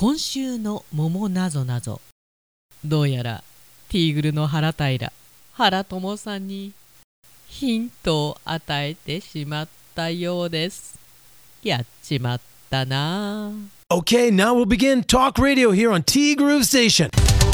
今週の桃なぞなぞ、どうやらティーグルの原平友さんにヒントを与えてしまったようです。やっちまったな。 Okay, now we'll begin Talk Radio here on T Groove Station.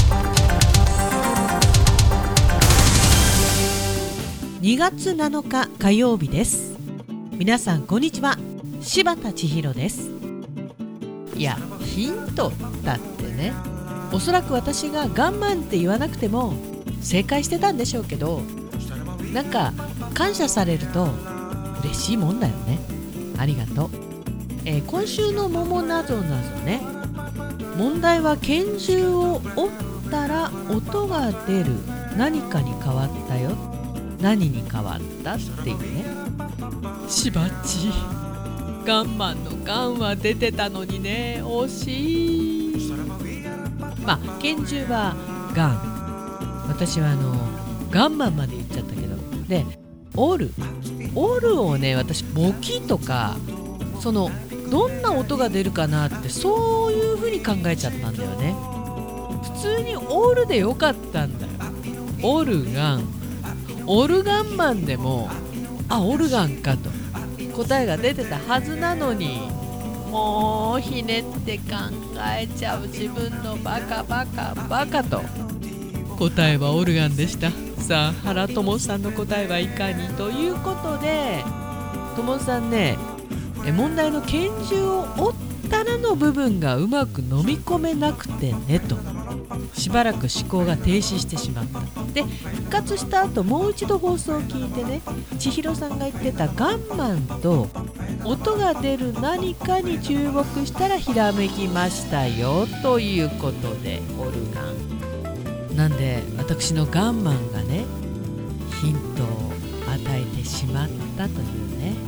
2月7日火曜日です。皆さんこんにちは、柴田千尋です。いや、ヒントだってね、おそらく私がガンマンって言わなくても正解してたんでしょうけど、なんか感謝されると嬉しいもんだよね。ありがとう。今週の桃なぞなぞね、問題は拳銃を折ったら音が出る何かに変わったよ。何に変わったっていうね。しばっち、ガンマンのガンは出てたのにね、惜しい。まあ拳銃はガン、私はガンマンまで言っちゃったけど、で折るをね、私ボキとかどんな音が出るかなって、そういう風に考えちゃったんだよね。普通にオールでよかったんだよ。オルガン、オルガンマンでもオルガンかと答えが出てたはずなのに、もうひねって考えちゃう自分のバカと。答えはオルガンでした。さあ原友さんの答えはいかにということで、友さんね、問題の拳銃を折ったらの部分がうまく飲み込めなくてねと、しばらく思考が停止してしまった。で復活した後、もう一度放送を聞いてね、千尋さんが言ってたガンマンと音が出る何かに注目したらひらめきましたよということで、オルガンなんで、私のガンマンがねヒントを与えてしまったというね。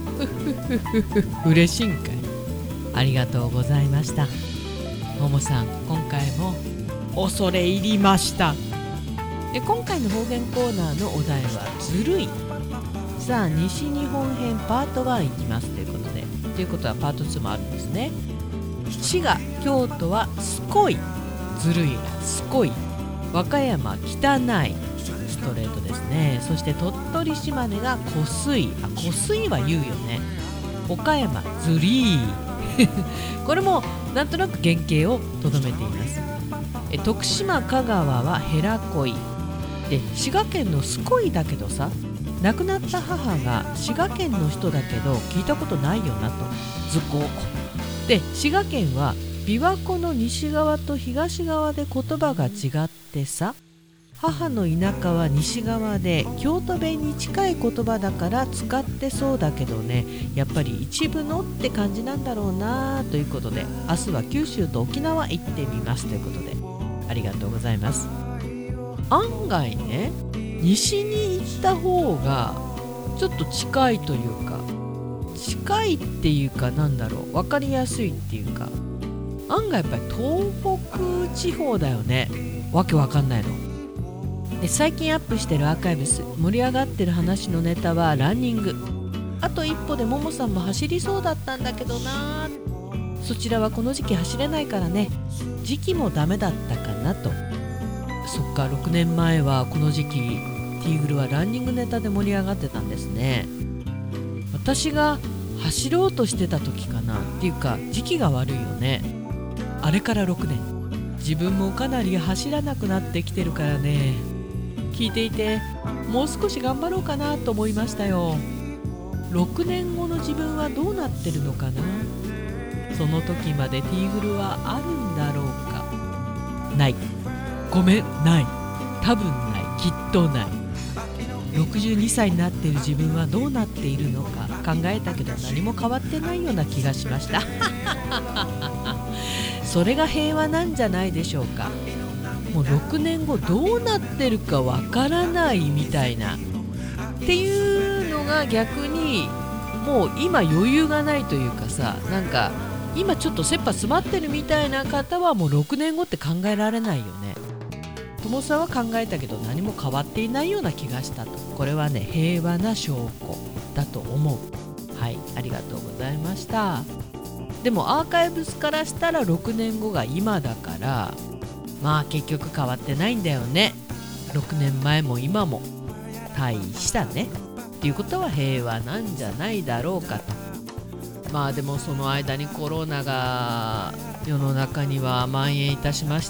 嬉しいんかい。ありがとうございました。ももさん、今回も恐れ入りました。で今回の方言コーナーのお題はずるい。さあ西日本編パート1いきますということで、ということはパート2もあるんですね。滋賀京都はすこい、ずるいがすこい。和歌山汚い、ストレートですね。そして鳥取島根がこすい、こすいは言うよね。岡山ずりーこれもなんとなく原型をとどめています。徳島香川はへらこいで、滋賀県のすこいだけどさ、亡くなった母が滋賀県の人だけど聞いたことないよなと、ずこで、滋賀県は琵琶湖の西側と東側で言葉が違ってさ、母の田舎は西側で京都弁に近い言葉だから使ってそうだけどね、やっぱり一部のって感じなんだろうなということで、明日は九州と沖縄行ってみますということで、ありがとうございます。案外ね、西に行った方がちょっと近いというか、近いっていうか、なんだろう、分かりやすいっていうか、案外やっぱり東北地方だよね。わけわかんないので、最近アップしてるアーカイブス、盛り上がってる話のネタはランニング。あと一歩でももさんも走りそうだったんだけどな。そちらはこの時期走れないからね、時期もダメだったかなと。そっか、6年前はこの時期ティーグルはランニングネタで盛り上がってたんですね。私が走ろうとしてた時かなっていうか、時期が悪いよね。あれから6年、自分もかなり走らなくなってきてるからね。聞いていてもう少し頑張ろうかなと思いましたよ。6年後の自分はどうなってるのかな。その時までティーグルはあるんだろうか。ない、ごめん、ない、多分ない、きっとない。62歳になっている自分はどうなっているのか考えたけど、何も変わってないような気がしましたそれが平和なんじゃないでしょうか。もう6年後どうなってるかわからないみたいなっていうのが、逆にもう今余裕がないというかさ、なんか今ちょっと切羽詰まってるみたいな方はもう6年後って考えられないよね。友さんは考えたけど何も変わっていないような気がしたと。これはね、平和な証拠だと思う。はい、ありがとうございました。 でもアーカイブスからしたら6年後が今だから、まあ結局変わってないんだよね。6年前も今も大したねっていうことは平和なんじゃないだろうかと。まあでもその間にコロナが世の中には蔓延いたしまして、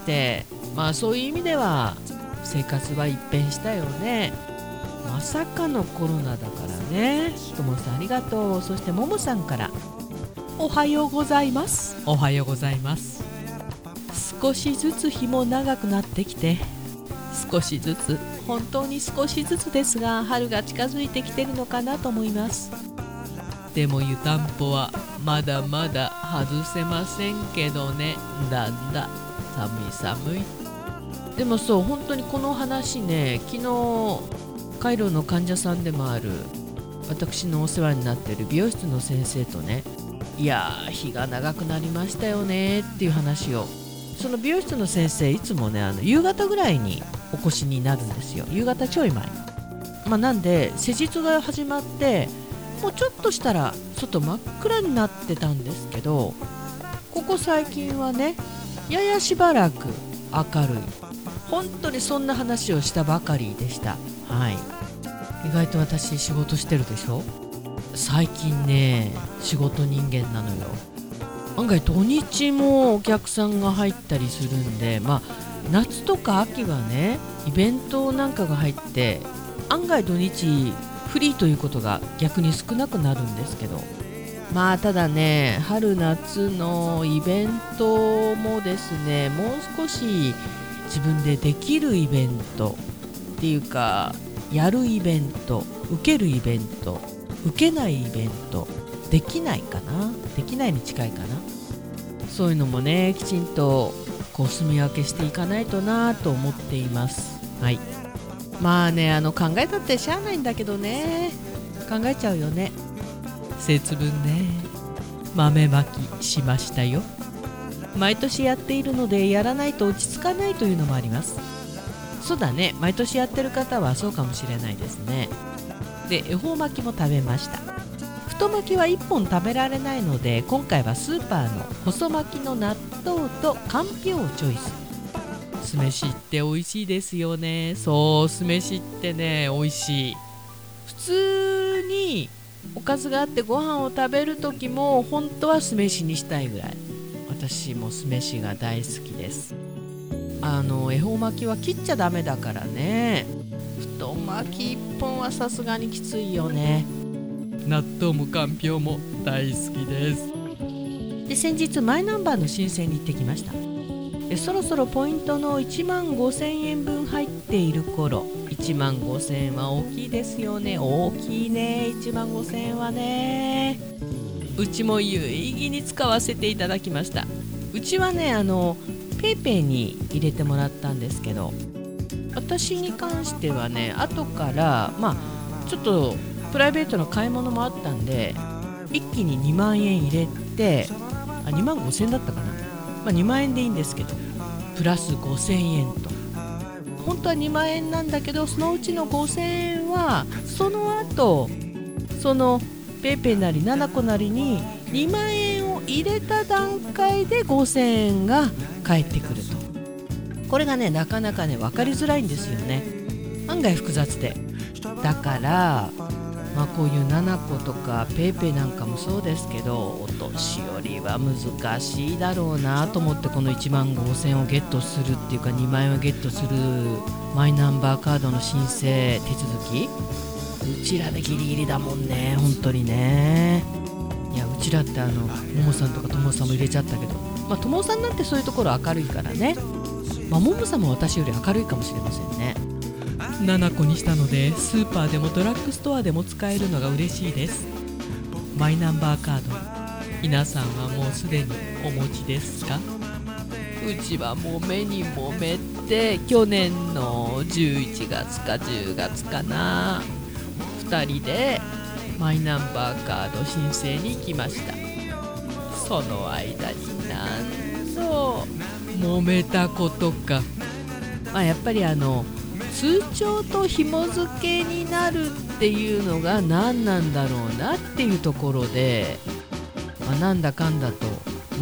まあそういう意味では生活は一変したよね。まさかのコロナだからね。ともさんありがとう。そしてももさんからおはようございます。おはようございます。少しずつ日も長くなってきて、少しずつ、本当に少しずつですが春が近づいてきてるのかなと思います。でも湯たんぽはまだまだ外せませんけどね。だんだ寒い寒い。でもそう、本当にこの話ね、昨日カイロの患者さんでもある私のお世話になっている美容室の先生とね、いやー日が長くなりましたよねっていう話を、その美容室の先生いつもね夕方ぐらいにお越しになるんですよ。夕方ちょい前、なんで施術が始まってもうちょっとしたら外真っ暗になってたんですけど、ここ最近はねややしばらく明るい、本当にそんな話をしたばかりでした。はい、意外と私仕事してるでしょ。最近ね仕事人間なのよ。案外土日もお客さんが入ったりするんで、夏とか秋はねイベントなんかが入って案外土日フリーということが逆に少なくなるんですけど、ただね春夏のイベントもですね、もう少し自分でできるイベントっていうか、やるイベント、受けるイベント、受けないイベント、できないかな、できないに近いかな、そういうのもねきちんとこう住み分けしていかないとなと思っています。はい、考えたってしゃあないんだけどね、考えちゃうよね。節分ね、豆まきしましたよ。毎年やっているのでやらないと落ち着かないというのもあります。そうだね、毎年やってる方はそうかもしれないですね。で、恵方巻きも食べました。太巻きは1本食べられないので、今回はスーパーの細巻きの納豆とかんぴょうをチョイス。酢飯って美味しいですよね。そう、酢飯ってね美味しい。普通におかずがあってご飯を食べる時も本当は酢飯にしたいぐらい、私も酢飯が大好きです。恵方巻きは切っちゃダメだからね。太巻き1本はさすがにきついよね。納豆もかんぴょうも大好きです。で、先日マイナンバーの申請に行ってきました。で、そろそろポイントの1万5000円分入っている頃、1万5000円は大きいですよね。大きいね、1万5000円はね。うちも有意義に使わせていただきました。うちはねペイペイに入れてもらったんですけど、私に関してはね後からちょっとプライベートの買い物もあったんで一気に2万円入れて、2万5000円だったかな、2万円でいいんですけどプラス5000円と、本当は2万円なんだけどそのうちの5000円はその後そのペイペイなり7個なりに2万円を入れた段階で5000円が返ってくると。これがねなかなかね分かりづらいんですよね。案外複雑で、だからこういう7個とかペイペイなんかもそうですけど、お年寄りは難しいだろうなと思って、この1万5000円をゲットするっていうか2万円をゲットするマイナンバーカードの申請手続き、うちらでギリギリだもんね、本当にね。いや、うちらってももさんとかともさんも入れちゃったけど、ともさんなんてそういうところ明るいからね、ももさんも私より明るいかもしれませんね。7個にしたのでスーパーでもドラッグストアでも使えるのが嬉しいです。マイナンバーカード、皆さんはもうすでにお持ちですか？うちはもめにもめて去年の11月か10月かな、2人でマイナンバーカード申請に行きました。その間に何度揉めたことか。やっぱり通帳と紐付けになるっていうのが何なんだろうなっていうところで、なんだかんだと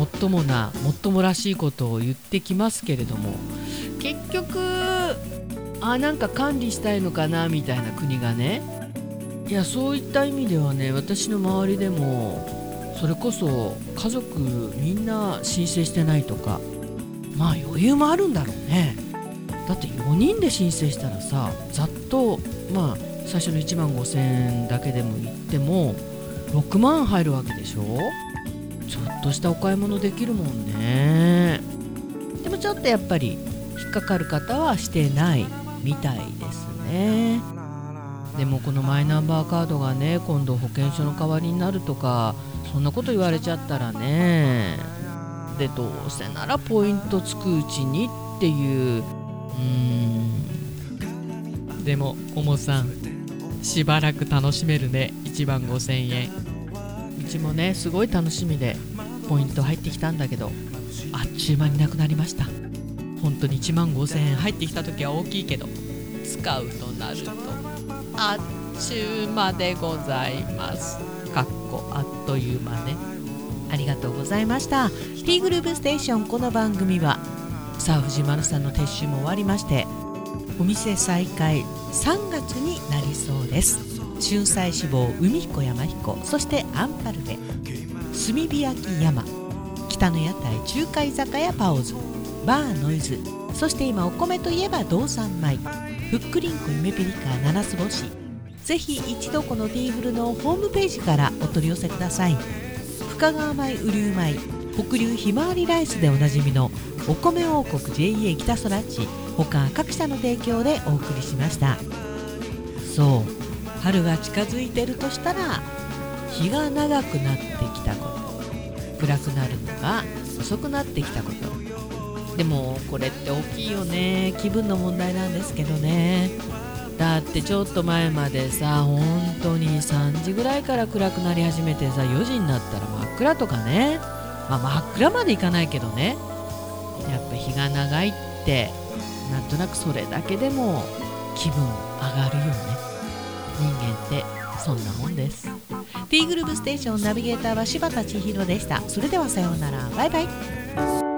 もっともらしいことを言ってきますけれども、結局なんか管理したいのかなみたいな国がね、いやそういった意味ではね、私の周りでもそれこそ家族みんな申請してないとか、まあ余裕もあるんだろうね。だって4人で申請したらさ、ざっとまあ最初の15000円だけでも言っても6万入るわけでしょ。ちょっとしたお買い物できるもんね。でもちょっとやっぱり引っかかる方はしてないみたいですね。でもこのマイナンバーカードがね、今度保険証の代わりになるとか、そんなこと言われちゃったらね、でどうせならポイントつくうちにっていう、でもおもさん、しばらく楽しめるね、15000円。うちもねすごい楽しみでポイント入ってきたんだけど、あっちゅう間になくなりました。本当に15000円入ってきた時は大きいけど、使うとなるとあっちゅう間でございます。かっこあっという間ね。ありがとうございました。 T グループステーション、この番組はさあ藤丸さんの撤収も終わりまして、お店再開3月になりそうです。春菜志望海彦山彦、そしてアンパルフェ、炭火焼き山、北の屋台中華居酒屋パオズ、バーノイズ、そして今お米といえば道産米、ふっくりんこ夢ピリカ七つ星。ぜひ一度この T フルのホームページからお取り寄せください。深川米、雨竜米、北流ひまわりライスでおなじみのお米王国 JA 北空地、他各社の提供でお送りしました。そう、春が近づいてるとしたら、日が長くなってきたこと、暗くなるのが遅くなってきたこと。でもこれって大きいよね。気分の問題なんですけどね。だってちょっと前までさ、本当に3時ぐらいから暗くなり始めてさ、4時になったら真っ暗とかね、真っ暗までいかないけどね、やっぱ日が長いってなんとなくそれだけでも気分上がるよね。人間ってそんなもんです。 T グループステーションナビゲーターは柴田千尋でした。それではさようなら、バイバイ。